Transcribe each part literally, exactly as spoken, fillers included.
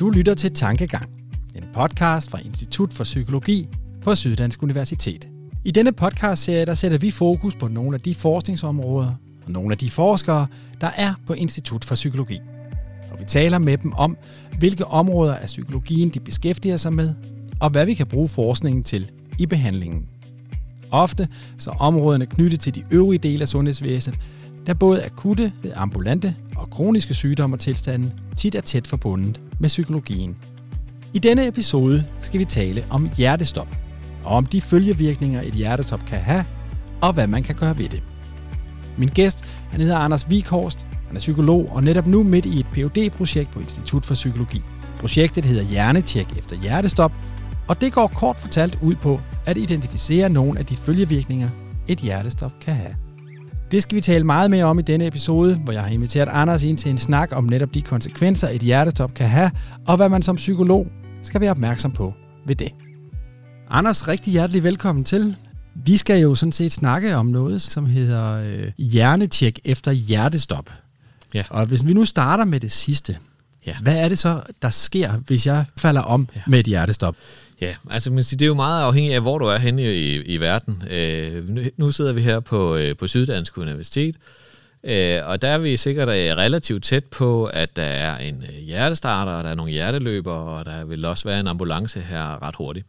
Du lytter til Tankegang, en podcast fra Institut for Psykologi på Syddansk Universitet. I denne podcastserie der sætter vi fokus på nogle af de forskningsområder og nogle af de forskere, der er på Institut for Psykologi. Og vi taler med dem om, hvilke områder af psykologien de beskæftiger sig med, og hvad vi kan bruge forskningen til i behandlingen. Ofte så er områderne knyttet til de øvrige dele af sundhedsvæsenet, der både akutte, ambulante og kroniske sygdomme og tilstande tit er tæt forbundet med psykologien. I denne episode skal vi tale om hjertestop, og om de følgevirkninger et hjertestop kan have, og hvad man kan gøre ved det. Min gæst, han hedder Anders Wieghorst, han er psykolog og netop nu midt i et P H D-projekt på Institut for Psykologi. Projektet hedder Hjernetjek efter hjertestop, og det går kort fortalt ud på at identificere nogle af de følgevirkninger, et hjertestop kan have. Det skal vi tale meget mere om i denne episode, hvor jeg har inviteret Anders ind til en snak om netop de konsekvenser, et hjertestop kan have, og hvad man som psykolog skal være opmærksom på ved det. Anders, rigtig hjertelig velkommen til. Vi skal jo sådan set snakke om noget, som hedder øh, hjernetjek efter hjertestop. Ja. Og hvis vi nu starter med det sidste, ja. Hvad er det så, der sker, hvis jeg falder om ja. med et hjertestop? Ja, altså man siger, det er jo meget afhængigt af, hvor du er henne i, i verden. Øh, nu, nu sidder vi her på, øh, på Syddansk Universitet, øh, og der er vi sikkert relativt tæt på, at der er en hjertestarter, og der er nogle hjerteløbere, og der vil også være en ambulance her ret hurtigt.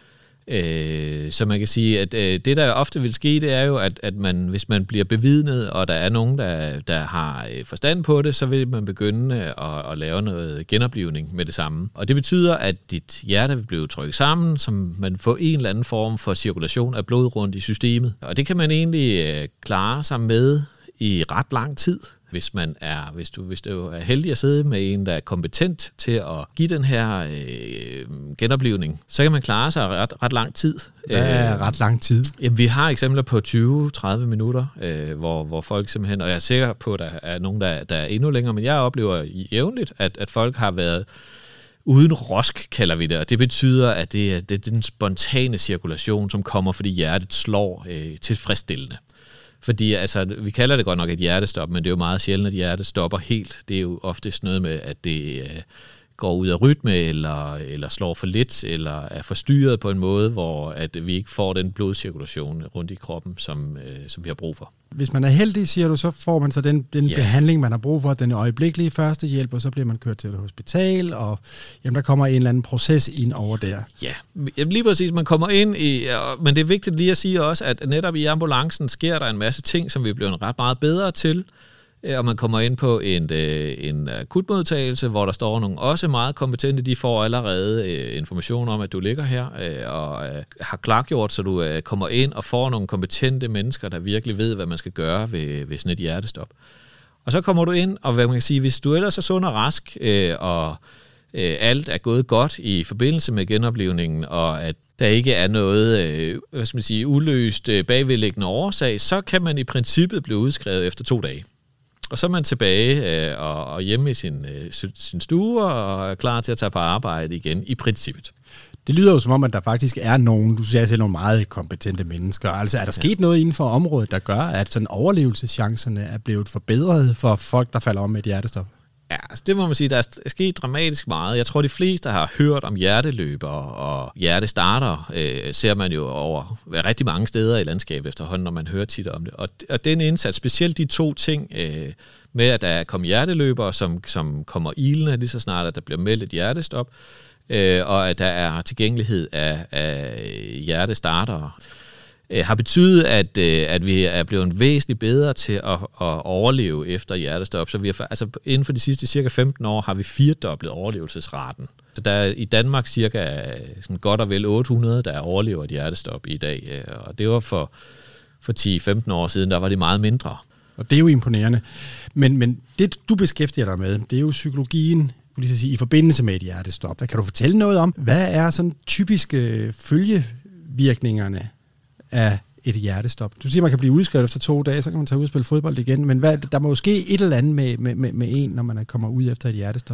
Øh, så man kan sige, at øh, det der ofte vil ske, det er jo, at, at man, hvis man bliver bevidnet, og der er nogen, der, der har forstand på det, så vil man begynde at, at lave noget genoplivning med det samme. Og det betyder, at dit hjerte vil blive trykket sammen, så man får en eller anden form for cirkulation af blod rundt i systemet. Og det kan man egentlig øh, klare sig med i ret lang tid. Hvis man er, hvis du, hvis du er heldig at sidde med en, der er kompetent til at give den her øh, genoplivning, så kan man klare sig ret, ret lang tid. Hvad er øh, ret lang tid? Jamen, vi har eksempler på tyve til tredive minutter, øh, hvor, hvor folk simpelthen, og jeg er sikker på, at der er nogen, der, der er endnu længere, men jeg oplever jævnligt, at, at folk har været uden rosk, kalder vi det, og det betyder, at det er, det er den spontane cirkulation, som kommer, fordi hjertet slår øh, tilfredsstillende. Fordi altså, vi kalder det godt nok et hjertestop, men det er jo meget sjældent, at hjertet stopper helt. Det er jo oftest noget med, at det øh, går ud af rytme, eller, eller slår for lidt, eller er forstyrret på en måde, hvor at vi ikke får den blodcirkulation rundt i kroppen, som, øh, som vi har brug for. Hvis man er heldig, siger du, så får man så den, den ja. behandling, man har brug for, den øjeblikkelige førstehjælp, og så bliver man kørt til et hospital, og jamen, der kommer en eller anden proces ind over der. Ja, lige præcis, man kommer ind i, men det er vigtigt lige at sige også, at netop i ambulancen sker der en masse ting, som vi bliver ret meget bedre til, og man kommer ind på en, en akutmodtagelse, hvor der står nogle også meget kompetente, de får allerede information om, at du ligger her, og har klargjort, så du kommer ind og får nogle kompetente mennesker, der virkelig ved, hvad man skal gøre ved, ved sådan et hjertestop. Og så kommer du ind, og hvad man kan sige, hvis du ellers er sund og rask, og alt er gået godt i forbindelse med genoplivningen, og at der ikke er noget hvad skal man sige, uløst bagvedliggende årsag, så kan man i princippet blive udskrevet efter to dage. Og så er man tilbage øh, og, og hjemme i sin, øh, sin stue og er klar til at tage på arbejde igen, i princippet. Det lyder jo som om, at der faktisk er nogen, du siger selv, nogle meget kompetente mennesker. Altså er der sket ja. noget inden for området, der gør, at sådan overlevelseschancerne er blevet forbedret for folk, der falder om med et hjertestop? Ja, altså det må man sige, der er sket dramatisk meget. Jeg tror, de fleste har hørt om hjerteløber og hjertestarter, øh, ser man jo over rigtig mange steder i landskabet efterhånden, når man hører tit om det. Og, og den indsats, specielt de to ting øh, med, at der kommer hjerteløbere, som, som kommer ilende lige så snart, at der bliver meldt et hjertestop, øh, og at der er tilgængelighed af, af hjertestartere, har betydet, at, at vi er blevet væsentligt bedre til at, at overleve efter hjertestop. Så vi har, altså inden for de sidste cirka femten år har vi firedoblet overlevelsesraten. Så der er i Danmark cirka sådan godt og vel otte hundrede, der overlever et hjertestop i dag. Og det var for, for ti til femten år siden, der var det meget mindre. Og det er jo imponerende. Men, men det, du beskæftiger dig med, det er jo psykologien lige så sige, i forbindelse med et hjertestop. Kan du fortælle noget om, hvad er sådan typiske følgevirkningerne af et hjertestop? Du siger, man kan blive udskrevet efter to dage, så kan man tage ud og spille fodbold igen, men hvad, der må jo ske et eller andet med, med, med en, når man kommer ud efter et hjertestop.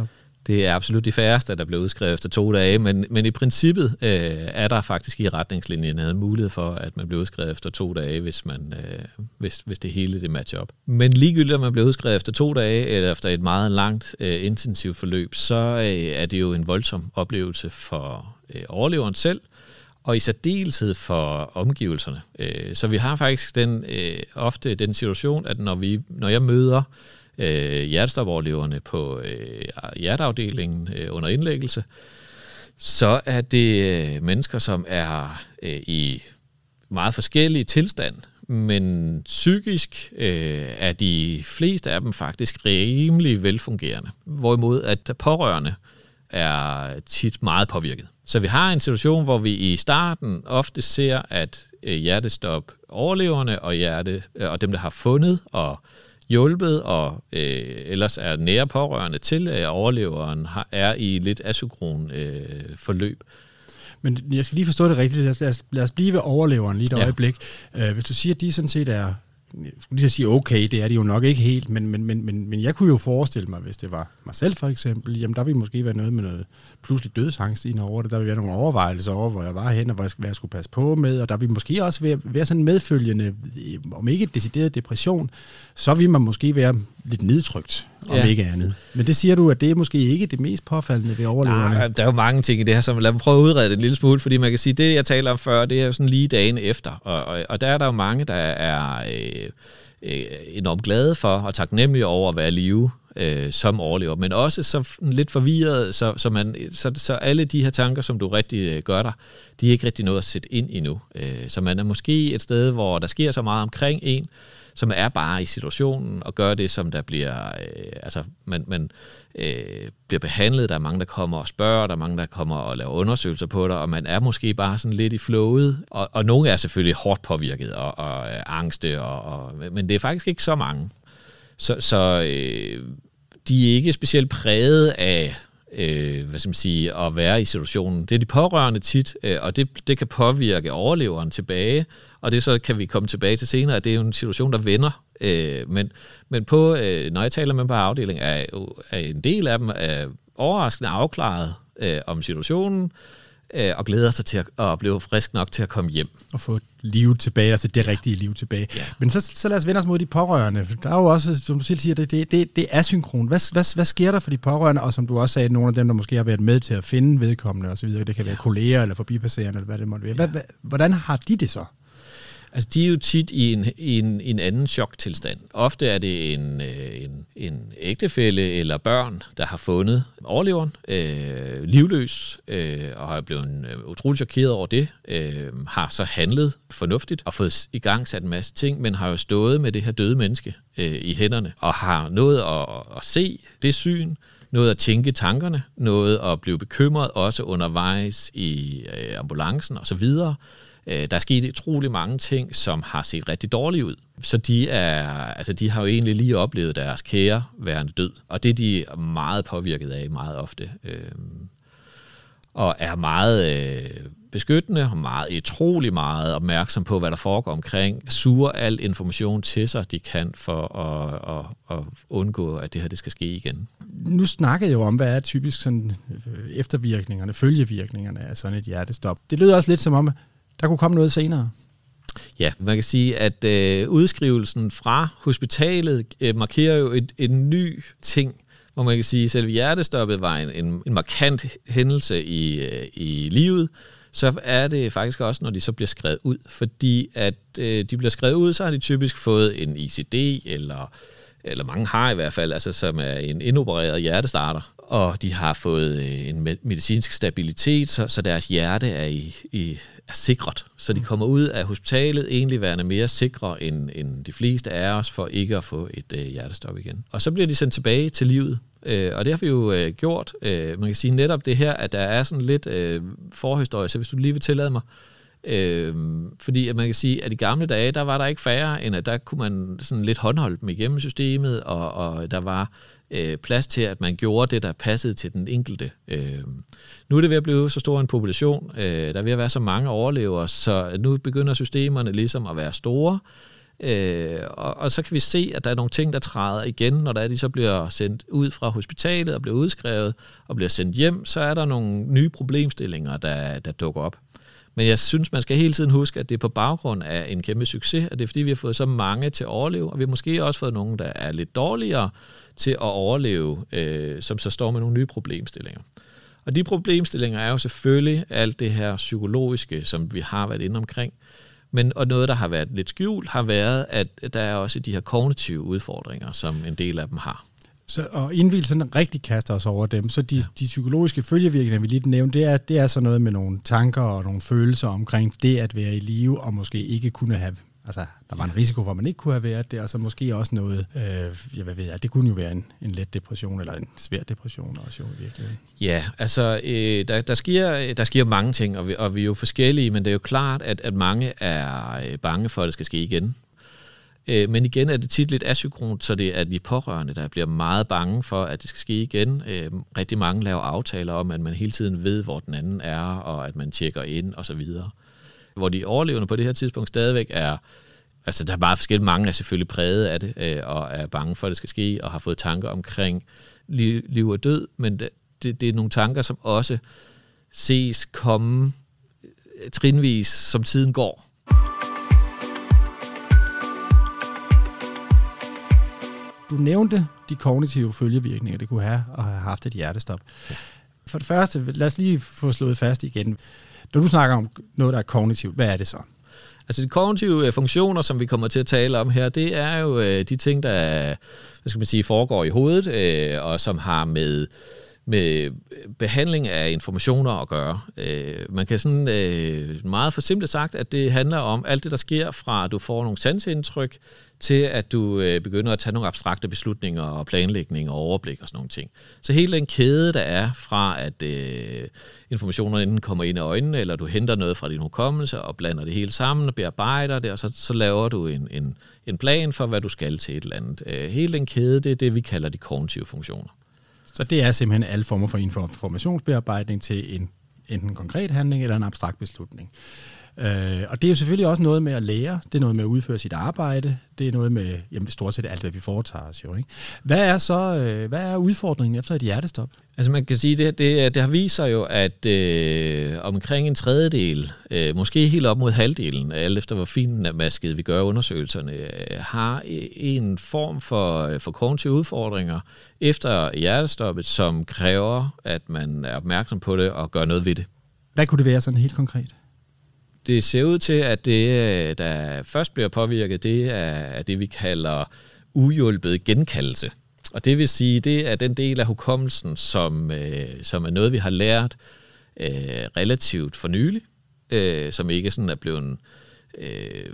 Det er absolut de færreste, der bliver udskrevet efter to dage, men, men i princippet øh, er der faktisk i retningslinjerne en mulighed for, at man bliver udskrevet efter to dage, hvis, man, øh, hvis, hvis det hele det matcher op. Men ligegyldigt, om man bliver udskrevet efter to dage, eller efter et meget langt øh, intensivt forløb, så øh, er det jo en voldsom oplevelse for øh, overleveren selv, og i særdeleshed for omgivelserne. Øh, så vi har faktisk den, øh, ofte den situation, at når, vi, når jeg møder øh, hjertestopoverleverne på øh, hjerteafdelingen øh, under indlæggelse, så er det øh, mennesker, som er øh, i meget forskellige tilstand, men psykisk øh, er de fleste af dem faktisk rimelig velfungerende, hvorimod at pårørende er tit meget påvirket. Så vi har en situation, hvor vi i starten ofte ser, at øh, hjertestop overleverne og, hjerte, øh, og dem, der har fundet og hjulpet, og øh, ellers er nære pårørende til, at overleveren har, er i lidt asynkron øh, forløb. Men jeg skal lige forstå det rigtigt. Lad os, lad os blive ved overleveren lige et ja. øjeblik. Uh, hvis du siger, at de sådan set er... Jeg skulle lige sige, okay, det er de jo nok ikke helt, men, men, men, men, men jeg kunne jo forestille mig, hvis det var mig selv for eksempel, jamen der ville måske være noget med noget pludselig dødsangst ind over det. Der ville være nogle overvejelser over, hvor jeg var hen, og hvad jeg skulle passe på med, og der ville måske også være, være sådan medfølgende, om ikke decideret depression, så ville man måske være lidt nedtrykt, om ja. ikke andet. Men det siger du, at det er måske ikke det mest påfaldende ved overleverne. Nej, der er jo mange ting i det her, som lad mig prøve at udrede det en lille smule, fordi man kan sige, det jeg taler om før, det er jo sådan lige dagen efter, og, og, og der er der jo mange, der er øh, øh, enormt glade for og taknemmelige over at være i live øh, som overlever, men også så lidt forvirret, så, så, man, så, så alle de her tanker, som du rigtig gør dig, de er ikke rigtig noget at sætte ind endnu. Øh, så man er måske et sted, hvor der sker så meget omkring en, som er bare i situationen og gør det, som der bliver, øh, altså man, man øh, bliver behandlet. Der er mange, der kommer og spørger, der er mange, der kommer og laver undersøgelser på dig, og man er måske bare sådan lidt i flowet. Og, og nogle er selvfølgelig hårdt påvirket og, og øh, angste, og, og, men det er faktisk ikke så mange. Så, så øh, de er ikke specielt præget af øh, hvad skal man sige, at være i situationen. Det er de pårørende tit, øh, og det, det kan påvirke overleveren tilbage, og det så kan vi komme tilbage til senere, at det er jo en situation, der vender. Øh, men, men på, øh, når jeg taler med på afdelingen, er, er en del af dem er overraskende afklaret øh, om situationen, øh, og glæder sig til at, at blive frisk nok til at komme hjem. Og få livet tilbage, altså det rigtige liv tilbage. Ja. Men så, så lad os vende os mod de pårørende. Der er jo også, som du selv siger, det, det, det, det er asynkron. Hvad, hvad, hvad sker der for de pårørende, og som du også sagde, nogle af dem, der måske har været med til at finde vedkommende osv., det kan være ja. kolleger eller forbipasserende, eller hvad det måtte være. Hvad, hvad, hvordan har de det så? Altså, de er jo tit i en, i en, en anden choktilstand. Ofte er det en, en, en ægtefælle eller børn, der har fundet overleveren, øh, livløs, øh, og har blevet utroligt chokeret over det, øh, har så handlet fornuftigt og fået i gang sat en masse ting, men har jo stået med det her døde menneske øh, i hænderne, og har nået at, at se det syn, noget at tænke tankerne, noget at blive bekymret også undervejs i øh, ambulancen osv. Der er sket utrolig mange ting, som har set rigtig dårlige ud. Så de, er, altså de har jo egentlig lige oplevet deres kære værende død. Og det er de meget påvirket af meget ofte. Øh, og er meget øh, beskyttende og meget, utrolig meget opmærksom på, hvad der foregår omkring. Suger al information til sig, de kan, for at, at, at undgå, at det her det skal ske igen. Nu snakker jeg jo om, hvad er typisk sådan eftervirkningerne, følgevirkningerne af sådan et hjertestop. Det lyder også lidt som om, der kunne komme noget senere. Ja, man kan sige, at øh, udskrivelsen fra hospitalet øh, markerer jo et, en ny ting, hvor man kan sige, at selve hjertestoppet var en, en, en markant hændelse i, øh, i livet, så er det faktisk også, når de så bliver skrevet ud. Fordi at øh, de bliver skrevet ud, så har de typisk fået en I C D, eller, eller mange har i hvert fald, altså, som er en indopereret hjertestarter. Og de har fået en medicinsk stabilitet, så, så deres hjerte er, i, i, er sikret. Så de kommer ud af hospitalet egentlig værende mere sikre end, end de fleste af os, for ikke at få et øh, hjertestop igen. Og så bliver de sendt tilbage til livet. Øh, og det har vi jo øh, gjort. Øh, man kan sige netop det her, at der er sådan lidt øh, forhistorie, så hvis du lige vil tillade mig. Øh, fordi at man kan sige, at i gamle dage, der var der ikke færre, end at der kunne man sådan lidt håndholde dem igennem systemet, og, og der var øh, plads til, at man gjorde det, der passede til den enkelte. Øh, nu er det ved at blive så stor en population, øh, der er ved at være så mange overlevere, så nu begynder systemerne ligesom at være store, Øh, og, og så kan vi se, at der er nogle ting, der træder igen, når der er, de så bliver sendt ud fra hospitalet og bliver udskrevet og bliver sendt hjem, så er der nogle nye problemstillinger, der, der dukker op. Men jeg synes, man skal hele tiden huske, at det er på baggrund af en kæmpe succes, og det er fordi, vi har fået så mange til at overleve, og vi har måske også fået nogen, der er lidt dårligere til at overleve, øh, som så står med nogle nye problemstillinger. Og de problemstillinger er jo selvfølgelig alt det her psykologiske, som vi har været inde omkring, men og noget, der har været lidt skjult, har været, at der er også de her kognitive udfordringer, som en del af dem har. Så, og inden vi sådan rigtig kaster os over dem, så de, ja. de psykologiske følgevirkninger, vi lige nævnte, det er, det er så noget med nogle tanker og nogle følelser omkring det at være i live, og måske ikke kunne have, altså der var en risiko for, at man ikke kunne have været det, og så måske også noget, øh, ja, hvad ved jeg, det kunne jo være en, en let depression, eller en svær depression også jo i virkeligheden. Ja, altså øh, der, der, sker, der sker mange ting, og vi, og vi er jo forskellige, men det er jo klart, at, at mange er bange for, at det skal ske igen. Men igen er det tit lidt asynkront, så det er de pårørende, der bliver meget bange for, at det skal ske igen. Rigtig mange laver aftaler om, at man hele tiden ved, hvor den anden er, og at man tjekker ind osv. Hvor de overlevende på det her tidspunkt stadigvæk er, altså der er bare forskellige, mange er selvfølgelig præget af det, og er bange for, at det skal ske, og har fået tanker omkring liv, liv og død, men det, det er nogle tanker, som også ses komme trinvis, som tiden går. Du nævnte de kognitive følgevirkninger, det kunne have at have haft et hjertestop. For det første, lad os lige få slået fast igen. Når du snakker om noget, der er kognitivt, hvad er det så? Altså de kognitive funktioner, som vi kommer til at tale om her, det er jo de ting, der hvad skal man sige, foregår i hovedet, og som har med med behandling af informationer at gøre. Man kan sådan meget forsimplet sagt, at det handler om alt det, der sker fra, at du får nogle sanseindtryk, til at du begynder at tage nogle abstrakte beslutninger og planlægning og overblik og sådan nogle ting. Så hele den kæde, der er fra, at informationerne enten kommer ind i øjnene, eller du henter noget fra din hukommelse og blander det hele sammen og bearbejder det, og så, så laver du en, en, en plan for, hvad du skal til et eller andet. Hele den kæde, det er det, vi kalder de kognitive funktioner. Så det er simpelthen alle former for informationsbearbejdning til en enten en konkret handling eller en abstrakt beslutning. Øh, og det er jo selvfølgelig også noget med at lære, det er noget med at udføre sit arbejde, det er noget med jamen, stort set alt, hvad vi foretager os jo. Ikke? Hvad er så øh, hvad er udfordringen efter et hjertestop? Altså man kan sige, det, det, det har vist sig jo, at øh, omkring en tredjedel, øh, måske helt op mod halvdelen, alt efter hvor finmasket vi gør undersøgelserne, øh, har en form for, for kognitive udfordringer efter hjertestoppet, som kræver, at man er opmærksom på det og gør noget ved det. Hvad kunne det være sådan helt konkret? Det ser ud til, at det, der først bliver påvirket, det er det, vi kalder uhjulpet genkaldelse. Og det vil sige, det er den del af hukommelsen, som, øh, som er noget, vi har lært øh, relativt for nylig, øh, som ikke sådan er blevet, øh,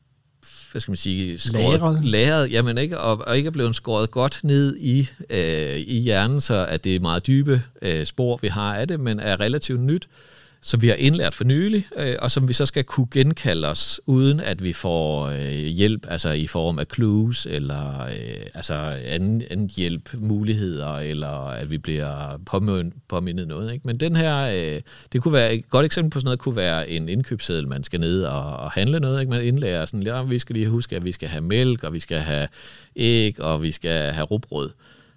hvad skal man sige, skåret, læret, jamen ikke, og, og ikke er blevet skåret godt ned i, øh, i hjernen, så at det er meget dybe øh, spor, vi har af det, men er relativt nyt, som vi har indlært for nylig, øh, og som vi så skal kunne genkalde os, uden at vi får øh, hjælp, altså i form af clues, eller øh, altså anden, anden hjælp, muligheder, eller at vi bliver påmindet, påmindet noget. Ikke? Men den her, øh, det kunne være et godt eksempel på sådan noget, kunne være en indkøbsseddel, man skal ned og, og handle noget. Ikke? Man indlærer sådan, ja, vi skal lige huske, at vi skal have mælk, og vi skal have æg, og vi skal have rugbrød.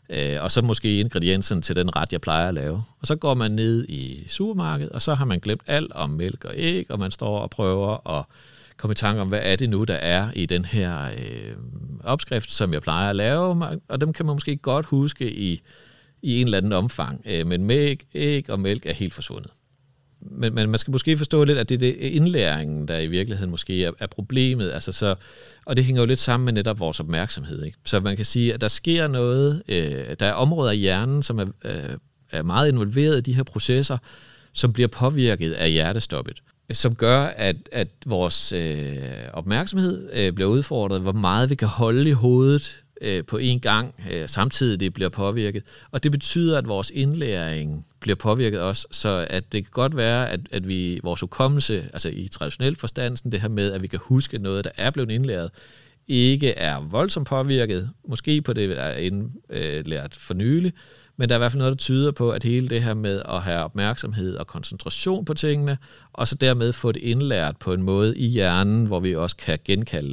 Og så måske ingredienserne til den ret, jeg plejer at lave. Og så går man ned i supermarkedet, og så har man glemt alt om mælk og æg, og man står og prøver at komme i tanke om, hvad er det nu, der er i den her øh, opskrift, som jeg plejer at lave. Og dem kan man måske godt huske i, i en eller anden omfang. Men mælk, æg og mælk er helt forsvundet. Men, men man skal måske forstå lidt, at det er det indlæringen, der i virkeligheden måske er, er problemet. Altså så, og det hænger jo lidt sammen med netop vores opmærksomhed. Ikke? Så man kan sige, at der sker noget, øh, der er områder i hjernen, som er, øh, er meget involveret i de her processer, som bliver påvirket af hjertestoppet, som gør, at, at vores øh, opmærksomhed øh, bliver udfordret, hvor meget vi kan holde i hovedet øh, på én gang, øh, samtidig det bliver påvirket. Og det betyder, at vores indlæring bliver påvirket også, så at det kan godt være, at, at vi vores hukommelse, altså i traditionel forstand, sådan det her med, at vi kan huske noget, der er blevet indlæret, ikke er voldsomt påvirket, måske på det, der er indlært for nylig, men der er i hvert fald noget, der tyder på, at hele det her med at have opmærksomhed og koncentration på tingene, og så dermed få det indlært på en måde i hjernen, hvor vi også kan genkalde det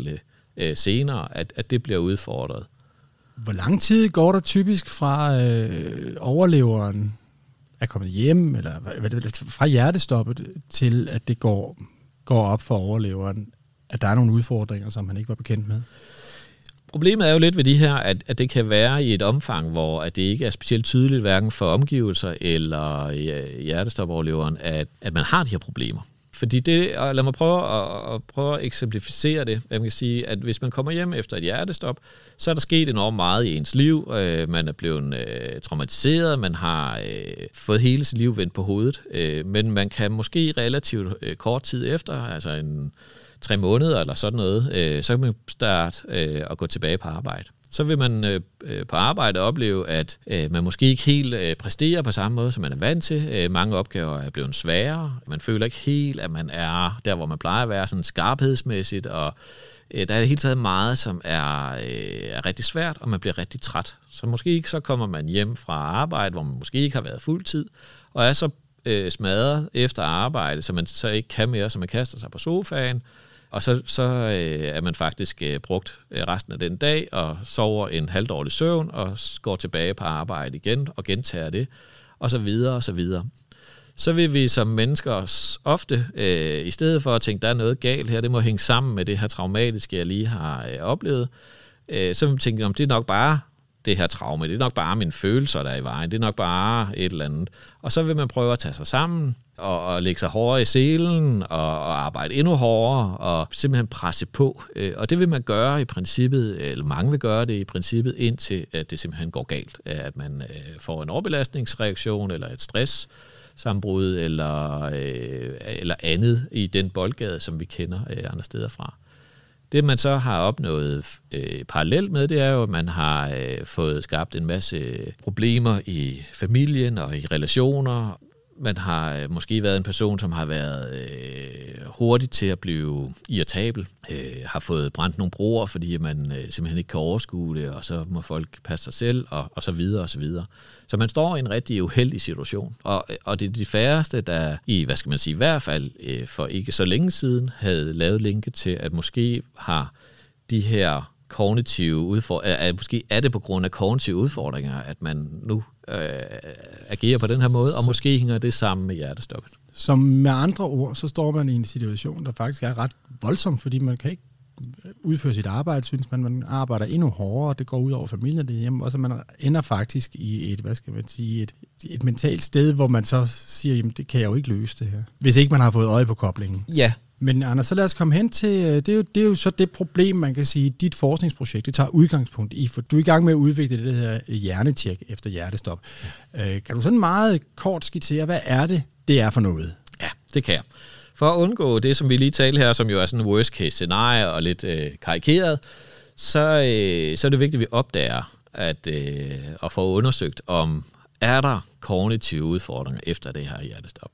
øh, senere, at, at det bliver udfordret. Hvor lang tid går der typisk fra øh, overleveren er kommet hjem, eller fra hjertestoppet, til at det går, går op for overleveren, at der er nogle udfordringer, som han ikke var bekendt med? Problemet er jo lidt ved de her, at, at det kan være i et omfang, hvor at det ikke er specielt tydeligt, hverken for omgivelser eller hjertestopoverleveren, at, at man har de her problemer. Fordi det, og lad mig prøve at, at, prøve at eksemplificere det. Jeg kan sige, at hvis man kommer hjem efter et hjertestop, så er der sket enormt meget i ens liv. Øh, man er blevet øh, traumatiseret, man har øh, fået hele sit liv vendt på hovedet. Øh, men man kan måske relativt øh, kort tid efter, altså en tre måneder eller sådan noget, øh, så kan man starte øh, at gå tilbage på arbejde. Så vil man øh, på arbejde opleve, at øh, man måske ikke helt øh, præsterer på samme måde, som man er vant til. Øh, mange opgaver er blevet sværere. Man føler ikke helt, at man er der, hvor man plejer at være, sådan skarphedsmæssigt, og øh, der er helt taget meget, som er, øh, er rigtig svært, og man bliver rigtig træt. Så måske ikke, så kommer man hjem fra arbejde, hvor man måske ikke har været fuldtid, og er så øh, smadret efter arbejde, så man så ikke kan mere, så man kaster sig på sofaen. Og så, så øh, er man faktisk øh, brugt øh, resten af den dag og sover en halvdårlig søvn og går tilbage på arbejde igen og gentager det, og så videre og så videre. Så vil vi som mennesker ofte, øh, i stedet for at tænke, der er noget galt her, det må hænge sammen med det her traumatiske, jeg lige har øh, oplevet, øh, så vil vi tænke, om det er nok bare det her traume, det er nok bare mine følelser, der er i vejen, det er nok bare et eller andet. Og så vil man prøve at tage sig sammen, og, og lægge sig hårdere i selen, og, og arbejde endnu hårdere, og simpelthen presse på. Og det vil man gøre i princippet, eller mange vil gøre det i princippet, indtil at det simpelthen går galt. At man får en overbelastningsreaktion, eller et stresssammenbrud, eller, eller andet i den boldgade, som vi kender andre steder fra. Det, man så har opnået øh, parallelt med, det er jo, at man har øh, fået skabt en masse problemer i familien og i relationer. Man har øh, måske været en person, som har været øh, hurtig til at blive irritabel, øh, har fået brændt nogle broer, fordi man øh, simpelthen ikke kan overskue det, og så må folk passe sig selv, og, og så videre, og så videre. Så man står i en rigtig uheldig situation, og, og det er de færreste, der i, hvad skal man sige, i hvert fald øh, for ikke så længe siden, havde lavet linket til, at måske har de her kognitive udfordringer, at måske er det på grund af kognitive udfordringer, at man nu øh, agerer på den her måde, og måske hænger det sammen med hjertestoppet. Som med andre ord, så står man i en situation, der faktisk er ret voldsom, fordi man kan ikke udføre sit arbejde, synes man, man arbejder endnu hårdere, det går ud over familien derhjemme, og så man ender faktisk i et, hvad skal man sige, et, et mentalt sted, hvor man så siger, jamen det kan jeg jo ikke løse det her, hvis ikke man har fået øje på koblingen. Ja. Men Anders, så lad os komme hen til, det er, jo, det er jo så det problem, man kan sige, dit forskningsprojekt, det tager udgangspunkt i, for du er i gang med at udvikle det her hjernetjek efter hjertestop. Ja. Kan du sådan meget kort skitsere, hvad er det, det er for noget? Ja, det kan jeg. For at undgå det, som vi lige talte her, som jo er sådan en worst case scenarie og lidt øh, karikeret, så, øh, så er det vigtigt, at vi opdager at, øh, og får undersøgt, om er der kognitive udfordringer efter det her hjertestop.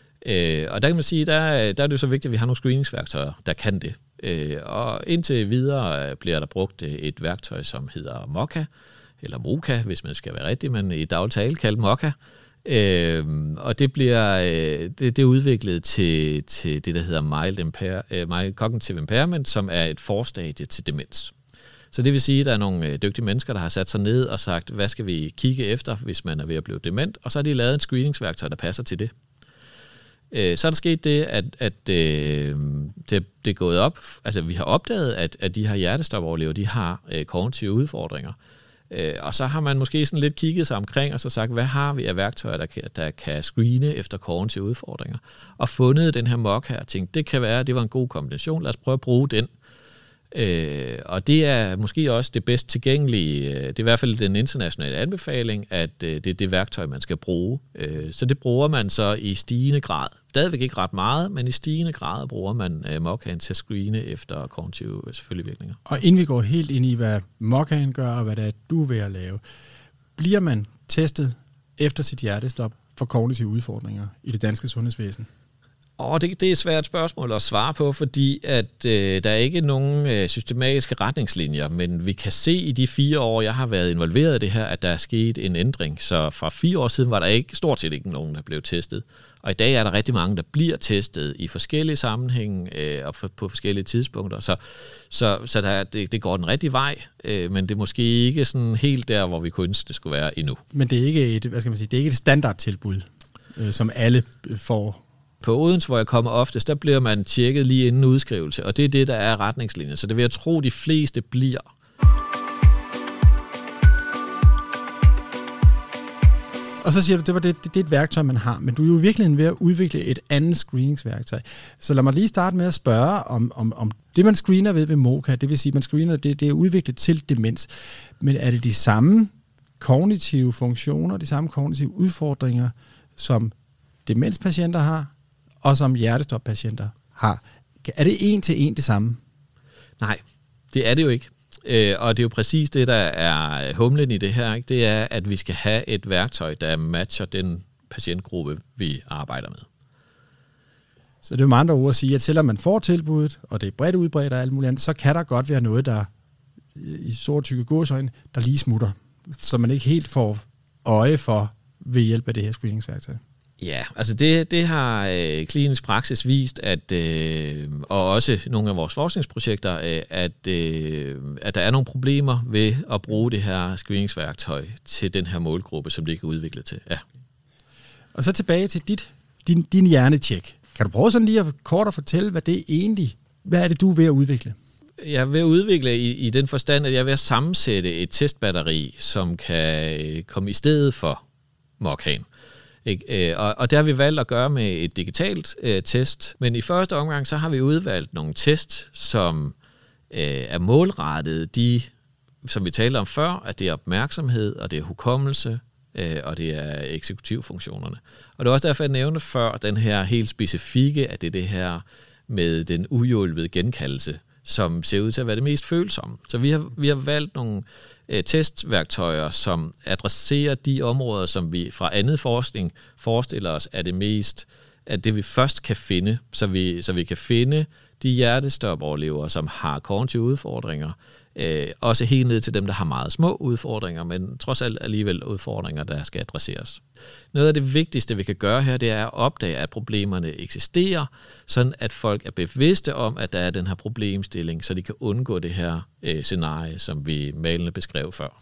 Øh, og der kan man sige, der, der er det så vigtigt, at vi har nogle screeningsværktøjer, der kan det. Øh, og indtil videre bliver der brugt et værktøj, som hedder MoCA, eller MoCA, hvis man skal være rigtig, men i daglig tale kaldt MoCA. Øh, og det bliver det, det er udviklet til, til det, der hedder mild, impair, mild cognitive impairment, som er et forstadie til demens. Så det vil sige, at der er nogle dygtige mennesker, der har sat sig ned og sagt, hvad skal vi kigge efter, hvis man er ved at blive dement? Og så har de lavet et screeningsværktøj, der passer til det. Så er der sket det, at, at øh, det, det er gået op. Altså, vi har opdaget, at, at de her hjertestopoverlevere, de har øh, kognitive udfordringer. Øh, og så har man måske sådan lidt kigget sig omkring og så sagt, hvad har vi af værktøjer, der kan, der kan screene efter kognitive udfordringer? Og fundet den her MoCA og tænkt, det kan være, det var en god kombination. Lad os prøve at bruge den. Øh, og det er måske også det bedst tilgængelige, det er i hvert fald den internationale anbefaling, at øh, det er det værktøj, man skal bruge. Øh, så det bruger man så i stigende grad. Stadigvæk ikke ret meget, men i stigende grad bruger man øh, MoCA'en til at screene efter kognitive selvfølgelig virkninger. Og inden vi går helt ind i, hvad MoCA'en gør, og hvad det er, du er ved at lave, bliver man testet efter sit hjertestop for kognitive udfordringer i det danske sundhedsvæsen? Og det, det er et svært spørgsmål at svare på, fordi at øh, der er ikke nogen øh, systematiske retningslinjer, men vi kan se i de fire år, jeg har været involveret i det her, at der er sket en ændring. Så fra fire år siden var der ikke stort set ikke nogen, der blev testet. Og i dag er der rigtig mange, der bliver testet i forskellige sammenhænge øh, og for, på forskellige tidspunkter. Så, så, så der, det, det går den rigtige vej, øh, men det er måske ikke sådan helt der, hvor vi kunne ønske, det skulle være endnu. Men det er ikke et, hvad skal man sige, det er ikke et standardtilbud, øh, som alle får. På Odense, hvor jeg kommer oftest, der bliver man tjekket lige inden udskrivelse, og det er det, der er retningslinjer. Så det vil jeg tro, de fleste bliver. Og så siger du, det var det, det, det er et værktøj, man har, men du er jo virkelig ved at udvikle et andet screeningsværktøj. Så lad mig lige starte med at spørge, om, om, om det, man screener ved ved Moka, det vil sige, man screener, det, det er udviklet til demens. Men er det de samme kognitive funktioner, de samme kognitive udfordringer, som demenspatienter har, og som hjertestoppatienter har? Er det en til en det samme? Nej, det er det jo ikke. Øh, og det er jo præcis det, der er humlen i det her, ikke? Det er, at vi skal have et værktøj, der matcher den patientgruppe, vi arbejder med. Så det er jo med andre ord at sige, at selvom man får tilbuddet, og det er bredt udbredt og alt muligt andet, så kan der godt være noget, der i sort tykke gåseøjne, der lige smutter, så man ikke helt får øje for ved hjælp af det her screeningsværktøj. Ja, altså det, det har øh, klinisk praksis vist, at, øh, og også nogle af vores forskningsprojekter, øh, at, øh, at der er nogle problemer ved at bruge det her screeningsværktøj til den her målgruppe, som det ikke er udviklet til. Ja. Og så tilbage til dit, din, din hjernetjek. Kan du prøve sådan lige at kort at fortælle, hvad det er egentlig, hvad er det, du er ved at udvikle? Jeg er ved at udvikle i, i den forstand, at jeg er ved at sammensætte et testbatteri, som kan komme i stedet for Mokaen. Og, og det har vi valgt at gøre med et digitalt øh, test, men i første omgang så har vi udvalgt nogle test, som øh, er målrettet de, som vi talte om før, at det er opmærksomhed, og det er hukommelse, øh, og det er eksekutivfunktionerne. Og det er også derfor, jeg nævnte før den her helt specifikke, at det er det her med den uhjulpede genkaldelse, som ser ud til at være det mest følsomme. Så vi har, vi har valgt nogle øh, testværktøjer, som adresserer de områder, som vi fra andet forskning forestiller os er det mest, at det vi først kan finde, så vi, så vi kan finde de hjertestopoverlevere, som har kognitive udfordringer, øh, også helt ned til dem, der har meget små udfordringer, men trods alt alligevel udfordringer, der skal adresseres. Noget af det vigtigste, vi kan gøre her, det er at opdage, at problemerne eksisterer, sådan at folk er bevidste om, at der er den her problemstilling, så de kan undgå det her øh, scenarie, som vi malende beskrev før.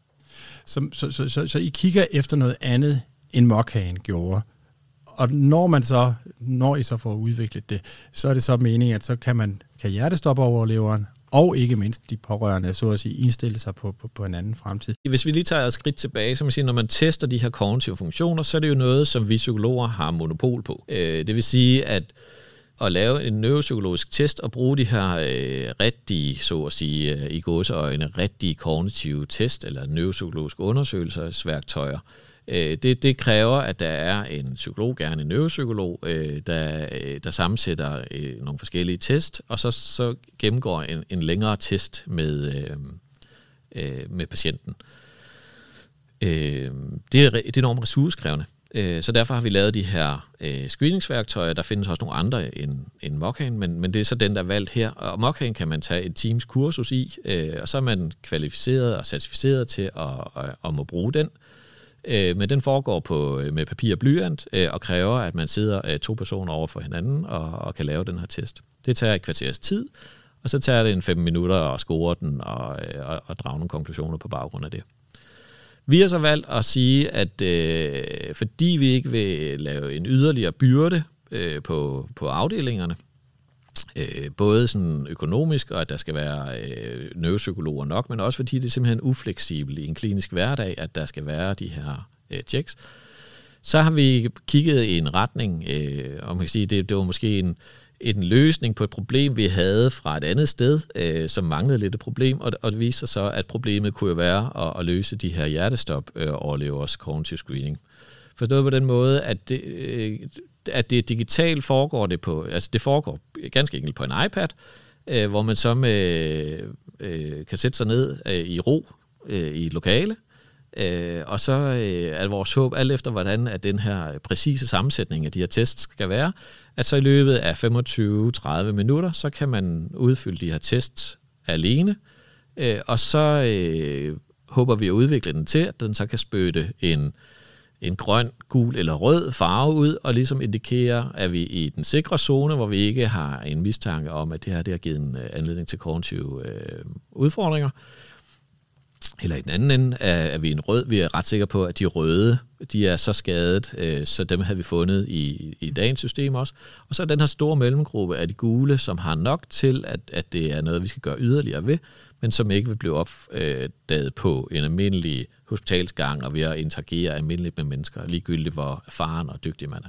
Så, så, så, så, så I kigger efter noget andet, end Mokaen gjorde. Og når man så, når I så får udviklet det, så er det så meningen, at så kan man kan hjertestopperoverleveren og ikke mindst de pårørende, så at sige, indstille sig på, på, på en anden fremtid. Hvis vi lige tager et skridt tilbage, så man siger, når man tester de her kognitive funktioner, så er det jo noget, som vi psykologer har monopol på. Øh, det vil sige, at at lave en neuropsykologisk test og bruge de her øh, rigtige, så at sige, øh, i gåseøjne, rigtige kognitive test eller neuropsykologiske undersøgelsesværktøjer, øh, det, det kræver, at der er en psykolog, gerne en neuropsykolog, øh, der, øh, der sammensætter øh, nogle forskellige test, og så, så gennemgår en, en længere test med, øh, øh, med patienten. Øh, det, er, det er enormt ressourcekrævende. Så derfor har vi lavet de her øh, screeningsværktøjer. Der findes også nogle andre end, end Mokaen, men, men det er så den, der er valgt her. Og Mokaen kan man tage et Teams kursus i, øh, og så er man kvalificeret og certificeret til at, at, at må bruge den. Øh, men den foregår på, med papir og blyant, øh, og kræver, at man sidder øh, to personer over for hinanden og, og kan lave den her test. Det tager et kvarters tid, og så tager det en fem minutter at score den og, og, og drage nogle konklusioner på baggrund af det. Vi har så valgt at sige, at øh, fordi vi ikke vil lave en yderligere byrde øh, på, på afdelingerne, øh, både sådan økonomisk, og at der skal være øh, neuropsykologer nok, men også fordi det er simpelthen ufleksibelt i en klinisk hverdag, at der skal være de her øh, checks, så har vi kigget i en retning, øh, og man kan sige, det, det var måske en en løsning på et problem, vi havde fra et andet sted, øh, som manglede lidt et problem, og, og det viste sig så, at problemet kunne jo være at, at løse de her hjertestop-overlevers kognitiv screening. Forstået på den måde, at det, øh, at det digitalt foregår det på, altså det foregår ganske enkelt på en iPad, øh, hvor man så med, øh, kan sætte sig ned øh, i ro øh, i et lokale, Øh, og så øh, er vores håb, alt efter hvordan at den her præcise sammensætning af de her tests skal være, at så i løbet af femogtyve til tredive minutter, så kan man udfylde de her tests alene, øh, og så øh, håber vi at udvikle den til, at den så kan spytte en, en grøn, gul eller rød farve ud, og ligesom indikere, at vi i den sikre zone, hvor vi ikke har en mistanke om, at det her det har givet en anledning til kognitive øh, udfordringer, eller i den anden ende er, er vi en rød. Vi er ret sikre på, at de røde, de er så skadet, øh, så dem havde vi fundet i, i dagens system også. Og så er den her store mellemgruppe af de gule, som har nok til, at, at det er noget, vi skal gøre yderligere ved, men som ikke vil blive opdaget på en almindelig hospitalsgang og ved at interagere almindeligt med mennesker, ligegyldigt hvor erfaren og dygtig man er.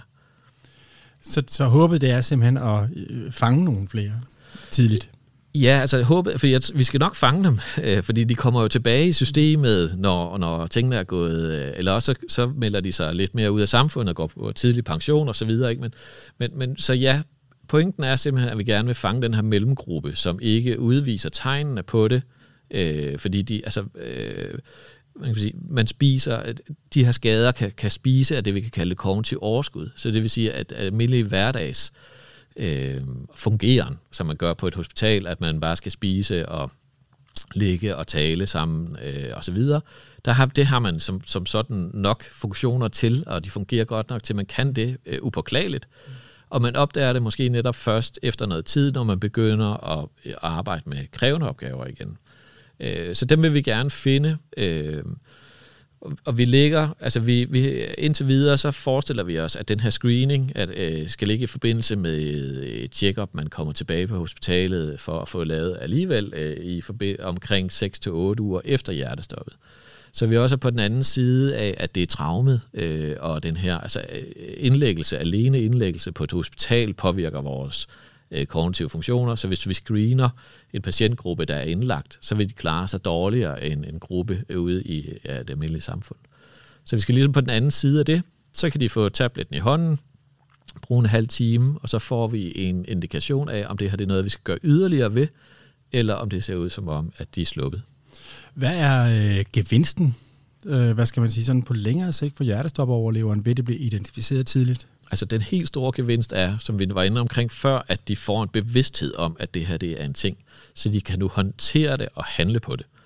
Så, så håbet det er simpelthen at fange nogle flere tidligt? Ja, altså jeg håber, for jeg, vi skal nok fange dem, øh, fordi de kommer jo tilbage i systemet, når, når tingene er gået, øh, eller også så, så melder de sig lidt mere ud af samfundet og går på tidlig pension og så videre, ikke? Men, men, men så ja, pointen er simpelthen, at vi gerne vil fange den her mellemgruppe, som ikke udviser tegnene på det, øh, fordi de, altså, øh, man kan sige, man spiser, de her skader kan, kan spise af det, vi kan kalde kognitiv overskud, så det vil sige, at almindelige hverdags Øh, fungeren, som man gør på et hospital, at man bare skal spise og ligge og tale sammen øh, og så videre. Der har, det har man som, som sådan nok funktioner til, og de fungerer godt nok til, at man kan det øh, upåklageligt. Og man opdager det måske netop først efter noget tid, når man begynder at, at arbejde med krævende opgaver igen. Øh, så dem vil vi gerne finde. Øh, Og vi ligger, altså vi, vi indtil videre, så forestiller vi os, at den her screening at, øh, skal ligge i forbindelse med et check-up, man kommer tilbage på hospitalet for at få lavet alligevel øh, i forbi- omkring seks til otte uger efter hjertestoppet. Så vi også er på den anden side af, at det er traumet, øh, og den her altså indlæggelse, alene indlæggelse på et hospital påvirker vores øh, kognitive funktioner. Så hvis vi screener en patientgruppe, der er indlagt, så vil de klare sig dårligere end en gruppe ude i ja, det almindelige samfund. Så vi skal ligesom på den anden side af det, så kan de få tabletten i hånden, bruge en halv time, og så får vi en indikation af, om det her det er noget, vi skal gøre yderligere ved, eller om det ser ud som om, at de er sluppet. Hvad er øh, gevinsten, øh, hvad skal man sige, sådan på længere sigt for hjertestop-overleveren, ved det blive identificeret tidligt? Altså den helt store gevinst er, som vi var inde omkring før, at de får en bevidsthed om, at det her det er en ting, så de kan nu håndtere det og handle på det.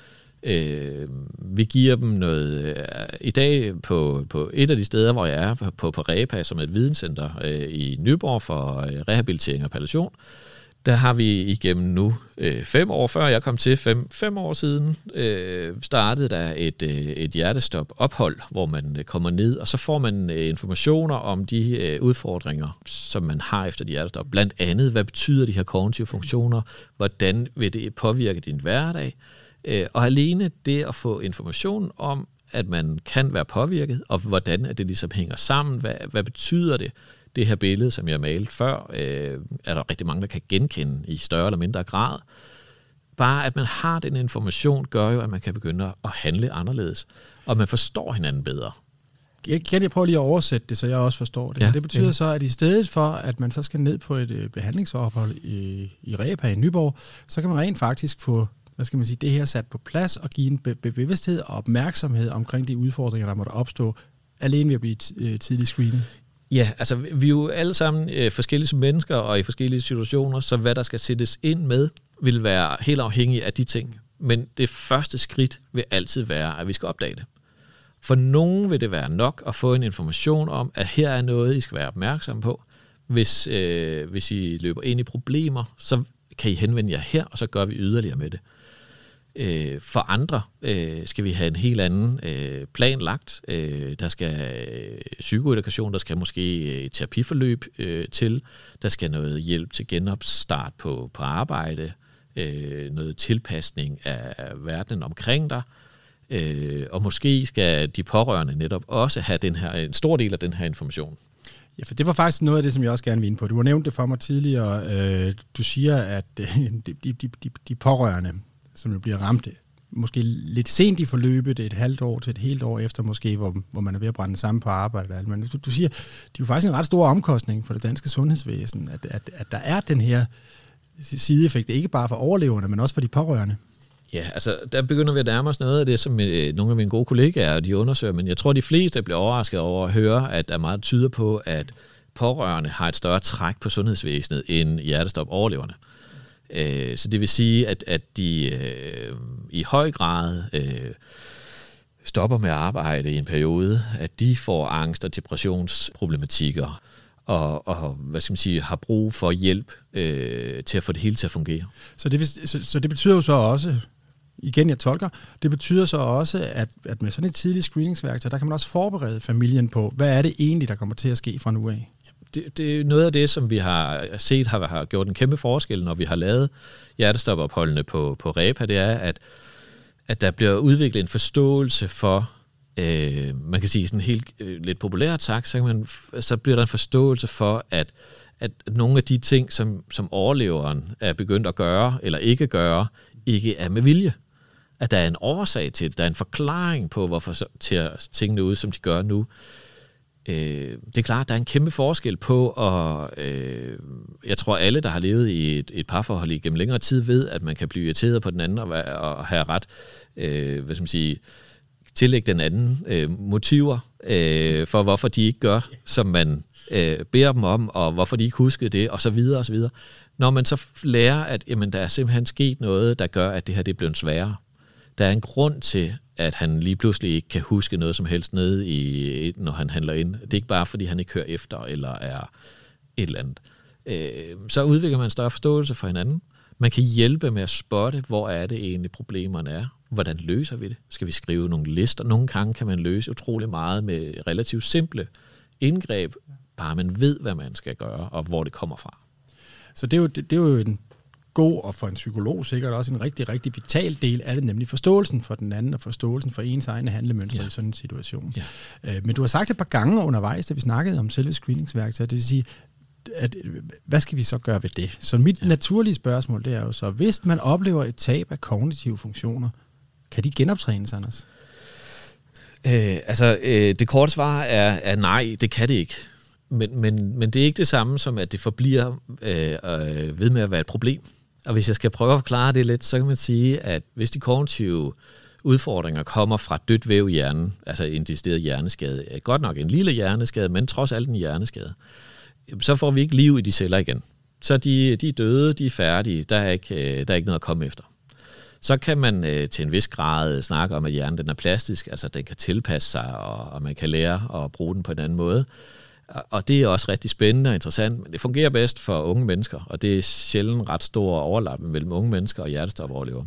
Øh, vi giver dem noget... Øh, I dag på, på et af de steder, hvor jeg er, på, på REPA, som er et videnscenter øh, i Nyborg for øh, rehabilitering og palliation, der har vi igennem nu øh, fem år før jeg kom til, fem, fem år siden, øh, startede der et, øh, et hjertestop-ophold, hvor man øh, kommer ned, og så får man øh, informationer om de øh, udfordringer, som man har efter de hjertestop. Blandt andet, hvad betyder de her kognitive funktioner? Hvordan vil det påvirke din hverdag? Øh, og alene det at få information om, at man kan være påvirket, og hvordan at det ligesom hænger sammen, hvad, hvad betyder det? Det her billede, som jeg malte før, øh, er der rigtig mange, der kan genkende i større eller mindre grad. Bare at man har den information, gør jo, at man kan begynde at handle anderledes, og man forstår hinanden bedre. Jeg kan jeg prøve lige at oversætte det, så jeg også forstår det. Ja, det betyder ja. så, at i stedet for, at man så skal ned på et øh, behandlingsophold i, i REPA i Nyborg, så kan man rent faktisk få, hvad skal man sige, det her sat på plads og give en be- bevidsthed og opmærksomhed omkring de udfordringer, der måtte opstå, alene ved at blive t- tidligt screenet. Ja, altså vi er jo alle sammen øh, forskellige som mennesker og i forskellige situationer, så hvad der skal sættes ind med, vil være helt afhængigt af de ting. Men det første skridt vil altid være, at vi skal opdage det. For nogen vil det være nok at få en information om, at her er noget, I skal være opmærksom på. Hvis, øh, hvis I løber ind i problemer, så kan I henvende jer her, og så gør vi yderligere med det. Øh, for andre øh, skal vi have en helt anden øh, plan lagt. Øh, der skal øh, psykoedukation, der skal måske et terapiforløb øh, til, der skal noget hjælp til genopstart på, på arbejde, øh, noget tilpasning af verdenen omkring dig, øh, og måske skal de pårørende netop også have den her, en stor del af den her information. Ja, for det var faktisk noget af det, som jeg også gerne vil ind på. Du har nævnt det for mig tidligere. Øh, du siger, at øh, de, de, de, de pårørende, som jo bliver ramt måske lidt sent i forløbet, et halvt år til et helt år efter måske, hvor, hvor man er ved at brænde sammen på arbejde. Men du, du siger, det er jo faktisk en ret stor omkostning for det danske sundhedsvæsen, at, at, at der er den her sideeffekt, ikke bare for overleverne, men også for de pårørende. Ja, altså der begynder vi at nærme os noget af det, som øh, nogle af mine gode kollegaer de undersøger, men jeg tror, de fleste bliver overrasket over at høre, at der meget tyder på, at pårørende har et større træk på sundhedsvæsenet end hjertestop-overleverne. Øh, så det vil sige, at, at de øh, i høj grad øh, stopper med at arbejde i en periode, at de får angst og depressionsproblematikker, og, og hvad skal man sige, har brug for hjælp øh, til at få det hele til at fungere. Så det, så, så det betyder jo så også, igen jeg tolker, det betyder så også, at, at med sådan et tidligt screeningsværktøj, der kan man også forberede familien på, hvad er det egentlig, der kommer til at ske fra nu af? Det, det er noget af det, som vi har set har, har gjort en kæmpe forskel, når vi har lavet hjertestopopholdene på, på REPA, det er, at, at der bliver udviklet en forståelse for, øh, man kan sige sådan helt øh, lidt populært sagt, så, kan man, så bliver der en forståelse for, at, at nogle af de ting, som, som overleveren er begyndt at gøre eller ikke gøre, ikke er med vilje. At der er en årsag til det, der er en forklaring på, hvorfor til tingene ud, som de gør nu. Øh, det er klart, der er en kæmpe forskel på, og øh, jeg tror alle, der har levet i et, et parforhold igennem længere tid, ved, at man kan blive irriteret på den anden og, og have ret, øh, hvad skal man sige, tillægge den anden øh, motiver øh, for, hvorfor de ikke gør, som man øh, beder dem om, og hvorfor de ikke husker det, og så videre, og så videre. Når man så lærer, at jamen, der er simpelthen sket noget, der gør, at det her det er blevet sværere. Der er en grund til, at han lige pludselig ikke kan huske noget som helst nede i, når han handler ind. Det er ikke bare, fordi han ikke hører efter, eller er et eller andet. Øh, så udvikler man en større forståelse for hinanden. Man kan hjælpe med at spotte, hvor er det egentlig problemerne er. Hvordan løser vi det? Skal vi skrive nogle lister? Nogle gange kan man løse utrolig meget med relativt simple indgreb, bare man ved, hvad man skal gøre, og hvor det kommer fra. Så det er jo, det, det er jo en god, og for en psykolog sikkert også en rigtig, rigtig vital del af det, nemlig forståelsen for den anden, og forståelsen for ens egne handlemønstre ja. i sådan en situation. Ja. Men du har sagt et par gange undervejs, da vi snakkede om selve screeningsværktøjet, det vil sige, at, hvad skal vi så gøre ved det? Så mit ja. naturlige spørgsmål, det er jo så, hvis man oplever et tab af kognitive funktioner, kan de genoptrænes, Anders? Øh, altså, øh, det korte svar er, er nej, det kan det ikke. Men, men, men det er ikke det samme som, at det forbliver øh, øh, ved med at være et problem. Og hvis jeg skal prøve at forklare det lidt, så kan man sige, at hvis de kognitive udfordringer kommer fra dødt væv i hjernen, altså en decideret hjerneskade, godt nok en lille hjerneskade, men trods alt en hjerneskade, så får vi ikke liv i de celler igen. Så de, de er døde, de er færdige, der er ikke, der er ikke noget at komme efter. Så kan man øh, til en vis grad snakke om, at hjernen den er plastisk, altså den kan tilpasse sig, og, og man kan lære at bruge den på en anden måde. Og det er også rigtig spændende og interessant, men det fungerer bedst for unge mennesker, og det er sjældent ret stor overlap mellem unge mennesker og hjertestopoverlevere.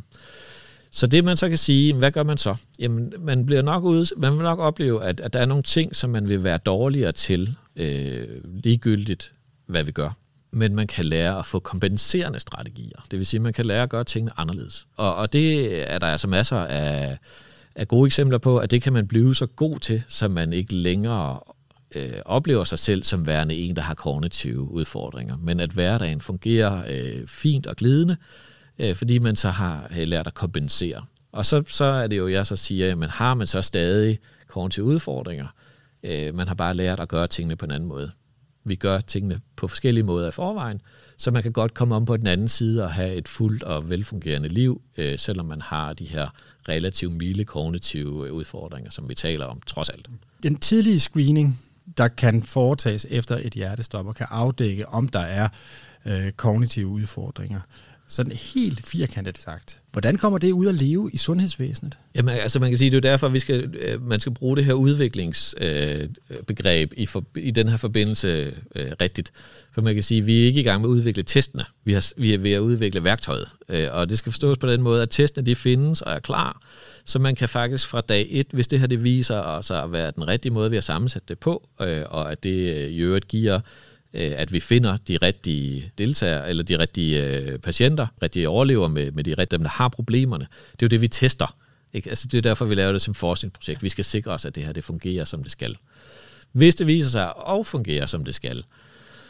Så det man så kan sige, hvad gør man så? Jamen, man bliver nok ude, man vil nok opleve, at, at der er nogle ting, som man vil være dårligere til, øh, ligegyldigt hvad vi gør. Men man kan lære at få kompenserende strategier. Det vil sige, at man kan lære at gøre tingene anderledes. Og, og det er der altså masser af, af gode eksempler på, at det kan man blive så god til, så man ikke længere øh, oplever sig selv som værende en, der har kognitive udfordringer. Men at hverdagen fungerer øh, fint og glidende, øh, fordi man så har øh, lært at kompensere. Og så, så er det jo, jeg så siger, at man har man så stadig kognitive udfordringer. Øh, man har bare lært at gøre tingene på en anden måde. Vi gør tingene på forskellige måder i forvejen, så man kan godt komme om på den anden side og have et fuldt og velfungerende liv, øh, selvom man har de her relativt milde kognitive udfordringer, som vi taler om, trods alt. Den tidlige screening, der kan foretages efter et hjertestop, og kan afdække, om der er øh, kognitive udfordringer. Sådan helt firkantet sagt. Hvordan kommer det ud at leve i sundhedsvæsenet? Jamen, altså man kan sige, det er derfor, vi skal, man skal bruge det her udviklingsbegreb øh, i, for, i den her forbindelse øh, rigtigt. For man kan sige, at vi er ikke i gang med at udvikle testene. Vi, har, vi er ved at udvikle værktøjet. Øh, og det skal forstås på den måde, at testene de findes og er klar. Så man kan faktisk fra dag et, hvis det her det viser sig at være den rigtige måde, vi har sammensat det på, øh, og at det i øvrigt giver at vi finder de rigtige deltagere, eller de rigtige øh, patienter, rigtige overlever med, med de rigtige, dem, der har problemerne. Det er jo det, vi tester. Ikke? Altså, det er derfor, vi laver det som forskningsprojekt. Vi skal sikre os, at det her det fungerer, som det skal. Hvis det viser sig at fungere, som det skal,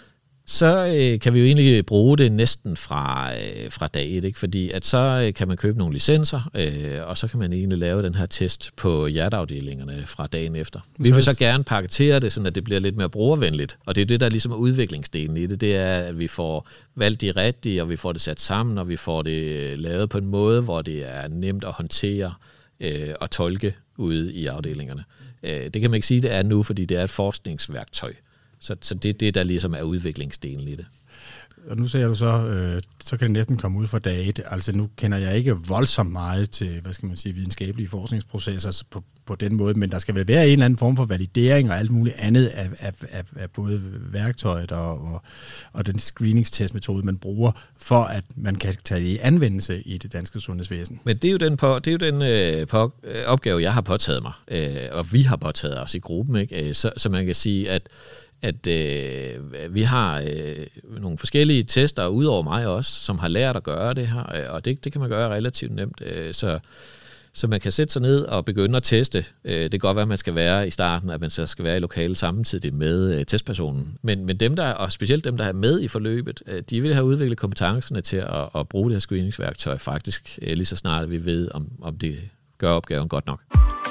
så øh, kan vi jo egentlig bruge det næsten fra, øh, fra dag et, ikke? Fordi at så øh, kan man købe nogle licenser, øh, og så kan man egentlig lave den her test på hjerteafdelingerne fra dagen efter. Vi vil så gerne paketere det, sådan at det bliver lidt mere brugervenligt, og det er det, der ligesom er udviklingsdelen i det, det er, at vi får valgt de rigtige, og vi får det sat sammen, og vi får det lavet på en måde, hvor det er nemt at håndtere øh, og tolke ude i afdelingerne. Øh, det kan man ikke sige, det er nu, fordi det er et forskningsværktøj. Så, så det er det, der ligesom er udviklingsdelen i det. Og nu ser du så, øh, så kan det næsten komme ud fra dag et. Altså nu kender jeg ikke voldsomt meget til, hvad skal man sige, videnskabelige forskningsprocesser på, på den måde, men der skal vel være en eller anden form for validering og alt muligt andet af, af, af, af både værktøjet og, og, og den screeningstestmetode, man bruger, for at man kan tage det i anvendelse i det danske sundhedsvæsen. Men det er jo den, på, det er jo den øh, på, øh, opgave, jeg har påtaget mig, øh, og vi har påtaget os i gruppen, ikke? Så, så man kan sige, at at øh, vi har øh, nogle forskellige tester ud over mig også, som har lært at gøre det her, og det, det kan man gøre relativt nemt. Øh, så, så man kan sætte sig ned og begynde at teste. Øh, det kan godt være, at man skal være i starten, at man så skal være i lokalet samtidig med øh, testpersonen. Men, men dem, der, og specielt dem, der er med i forløbet, øh, de vil have udviklet kompetencerne til at, at bruge det her screeningsværktøj faktisk, øh, lige så snart vi ved, om, om det gør opgaven godt nok.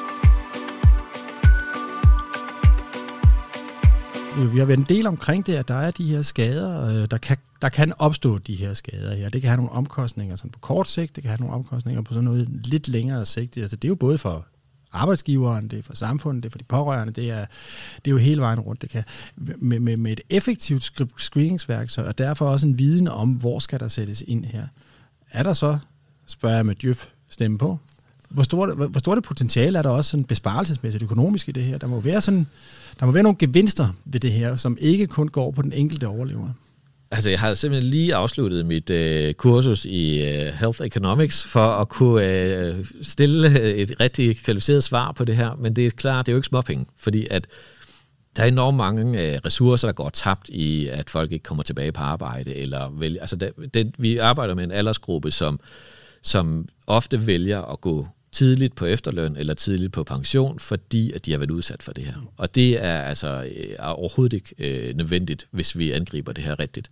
Vi har været en del omkring det, at der er de her skader, der kan, der kan opstå de her skader her. Det kan have nogle omkostninger sådan på kort sigt, det kan have nogle omkostninger på sådan noget lidt længere sigt. Altså, det er jo både for arbejdsgiveren, det er for samfundet, det er for de pårørende, det er, det er jo hele vejen rundt. Det kan, med, med, med et effektivt screeningsværktøj, og derfor også en viden om, hvor skal der sættes ind her. Er der så, spørger jeg med djøf stemme på, hvor stort, hvor stort det potentiale er der også sådan besparelsesmæssigt økonomisk i det her? Der må være sådan, der må være nogle gevinster ved det her, som ikke kun går på den enkelte overlever. Altså, jeg har simpelthen lige afsluttet mit øh, kursus i øh, Health Economics for at kunne øh, stille et rigtig kvalificeret svar på det her, men det er klart, det er jo ikke småpenge, fordi at der er enormt mange øh, ressourcer, der går tabt i, at folk ikke kommer tilbage på arbejde, eller vælge, altså det, det, vi arbejder med en aldersgruppe, som, som ofte vælger at gå tidligt på efterløn eller tidligt på pension, fordi at de har været udsat for det her. Og det er altså øh, overhovedet ikke øh, nødvendigt, hvis vi angriber det her rigtigt.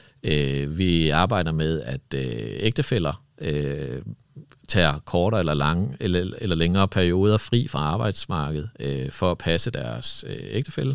Øh, vi arbejder med, at øh, ægtefæller øh, tager kortere eller, lange, eller, eller længere perioder fri fra arbejdsmarkedet øh, for at passe deres øh, ægtefælle.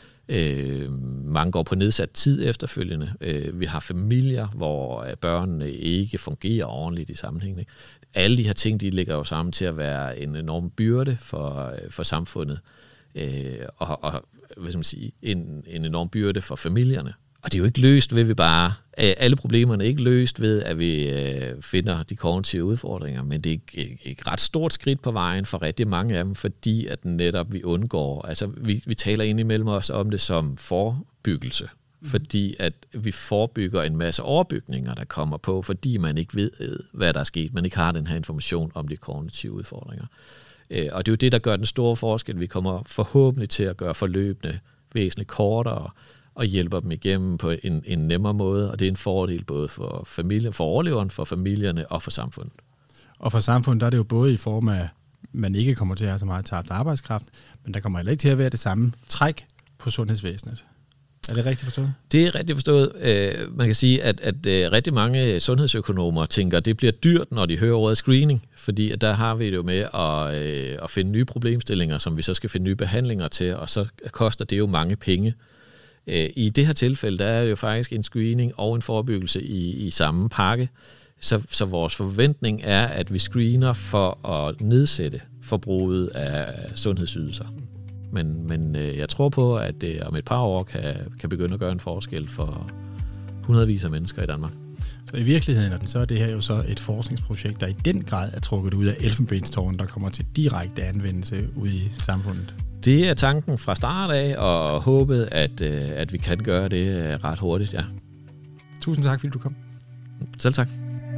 Øh, mange går på nedsat tid efterfølgende. Øh, vi har familier, hvor børnene ikke fungerer ordentligt i sammenhæng. Alle de her ting, de ligger jo sammen til at være en enorm byrde for, for samfundet, øh, og, og hvad skal man sige, en, en enorm byrde for familierne. Og det er jo ikke løst ved, at vi bare, alle problemerne er ikke løst ved, at vi øh, finder de kognitive udfordringer, men det er et, et ret stort skridt på vejen for rigtig mange af dem, fordi at netop vi undgår, altså vi, vi taler indimellem os om det som forebyggelse, fordi at vi forebygger en masse overbygninger, der kommer på, fordi man ikke ved, hvad der er sket. Man ikke har den her information om de kognitive udfordringer. Og det er jo det, der gør den store forskel. Vi kommer forhåbentlig til at gøre forløbene væsentligt kortere og hjælper dem igennem på en, en nemmere måde, og det er en fordel både for familien, for overleveren, for familierne og for samfundet. Og for samfundet der er det jo både i form af, at man ikke kommer til at have så meget tabt arbejdskraft, men der kommer heller ikke til at være det samme træk på sundhedsvæsenet. Er det rigtigt forstået? Det er rigtigt forstået. Øh, man kan sige, at, at øh, rigtig mange sundhedsøkonomer tænker, at det bliver dyrt, når de hører ordet screening, fordi at der har vi det jo med at, øh, at finde nye problemstillinger, som vi så skal finde nye behandlinger til, og så koster det jo mange penge. Øh, I det her tilfælde, der er det jo faktisk en screening og en forebyggelse i, i samme pakke, så, så vores forventning er, at vi screener for at nedsætte forbruget af sundhedsydelser. Men, men øh, jeg tror på, at det om et par år kan, kan begynde at gøre en forskel for hundredvis af mennesker i Danmark. Så i virkeligheden så er det her jo så et forskningsprojekt, der i den grad er trukket ud af elfenbenstårnen, der kommer til direkte anvendelse ude i samfundet. Det er tanken fra start af, og håbet, at, øh, at vi kan gøre det ret hurtigt, ja. Tusind tak, fordi du kom. Selv tak.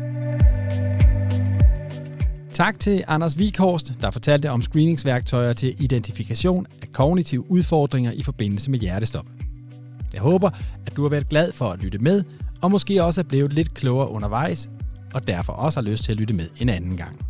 Tak til Anders Vikhorst, der fortalte om screeningsværktøjer til identifikation af kognitive udfordringer i forbindelse med hjertestop. Jeg håber, at du har været glad for at lytte med, og måske også er blevet lidt klogere undervejs, og derfor også har lyst til at lytte med en anden gang.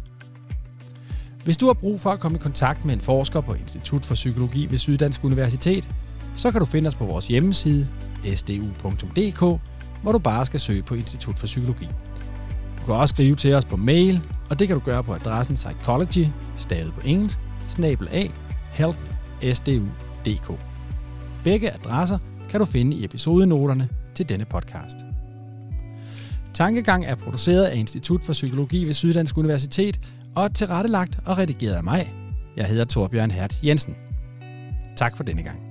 Hvis du har brug for at komme i kontakt med en forsker på Institut for Psykologi ved Syddansk Universitet, så kan du finde os på vores hjemmeside s d u punktum d k, hvor du bare skal søge på Institut for Psykologi. Du kan også skrive til os på mail, og det kan du gøre på adressen psychology, stavet på engelsk, snabel-a, health s d u punktum d k. Begge adresser kan du finde i episodenoterne til denne podcast. Tankegang er produceret af Institut for Psykologi ved Syddansk Universitet og tilrettelagt og redigeret af mig. Jeg hedder Torbjørn Hertz Jensen. Tak for denne gang.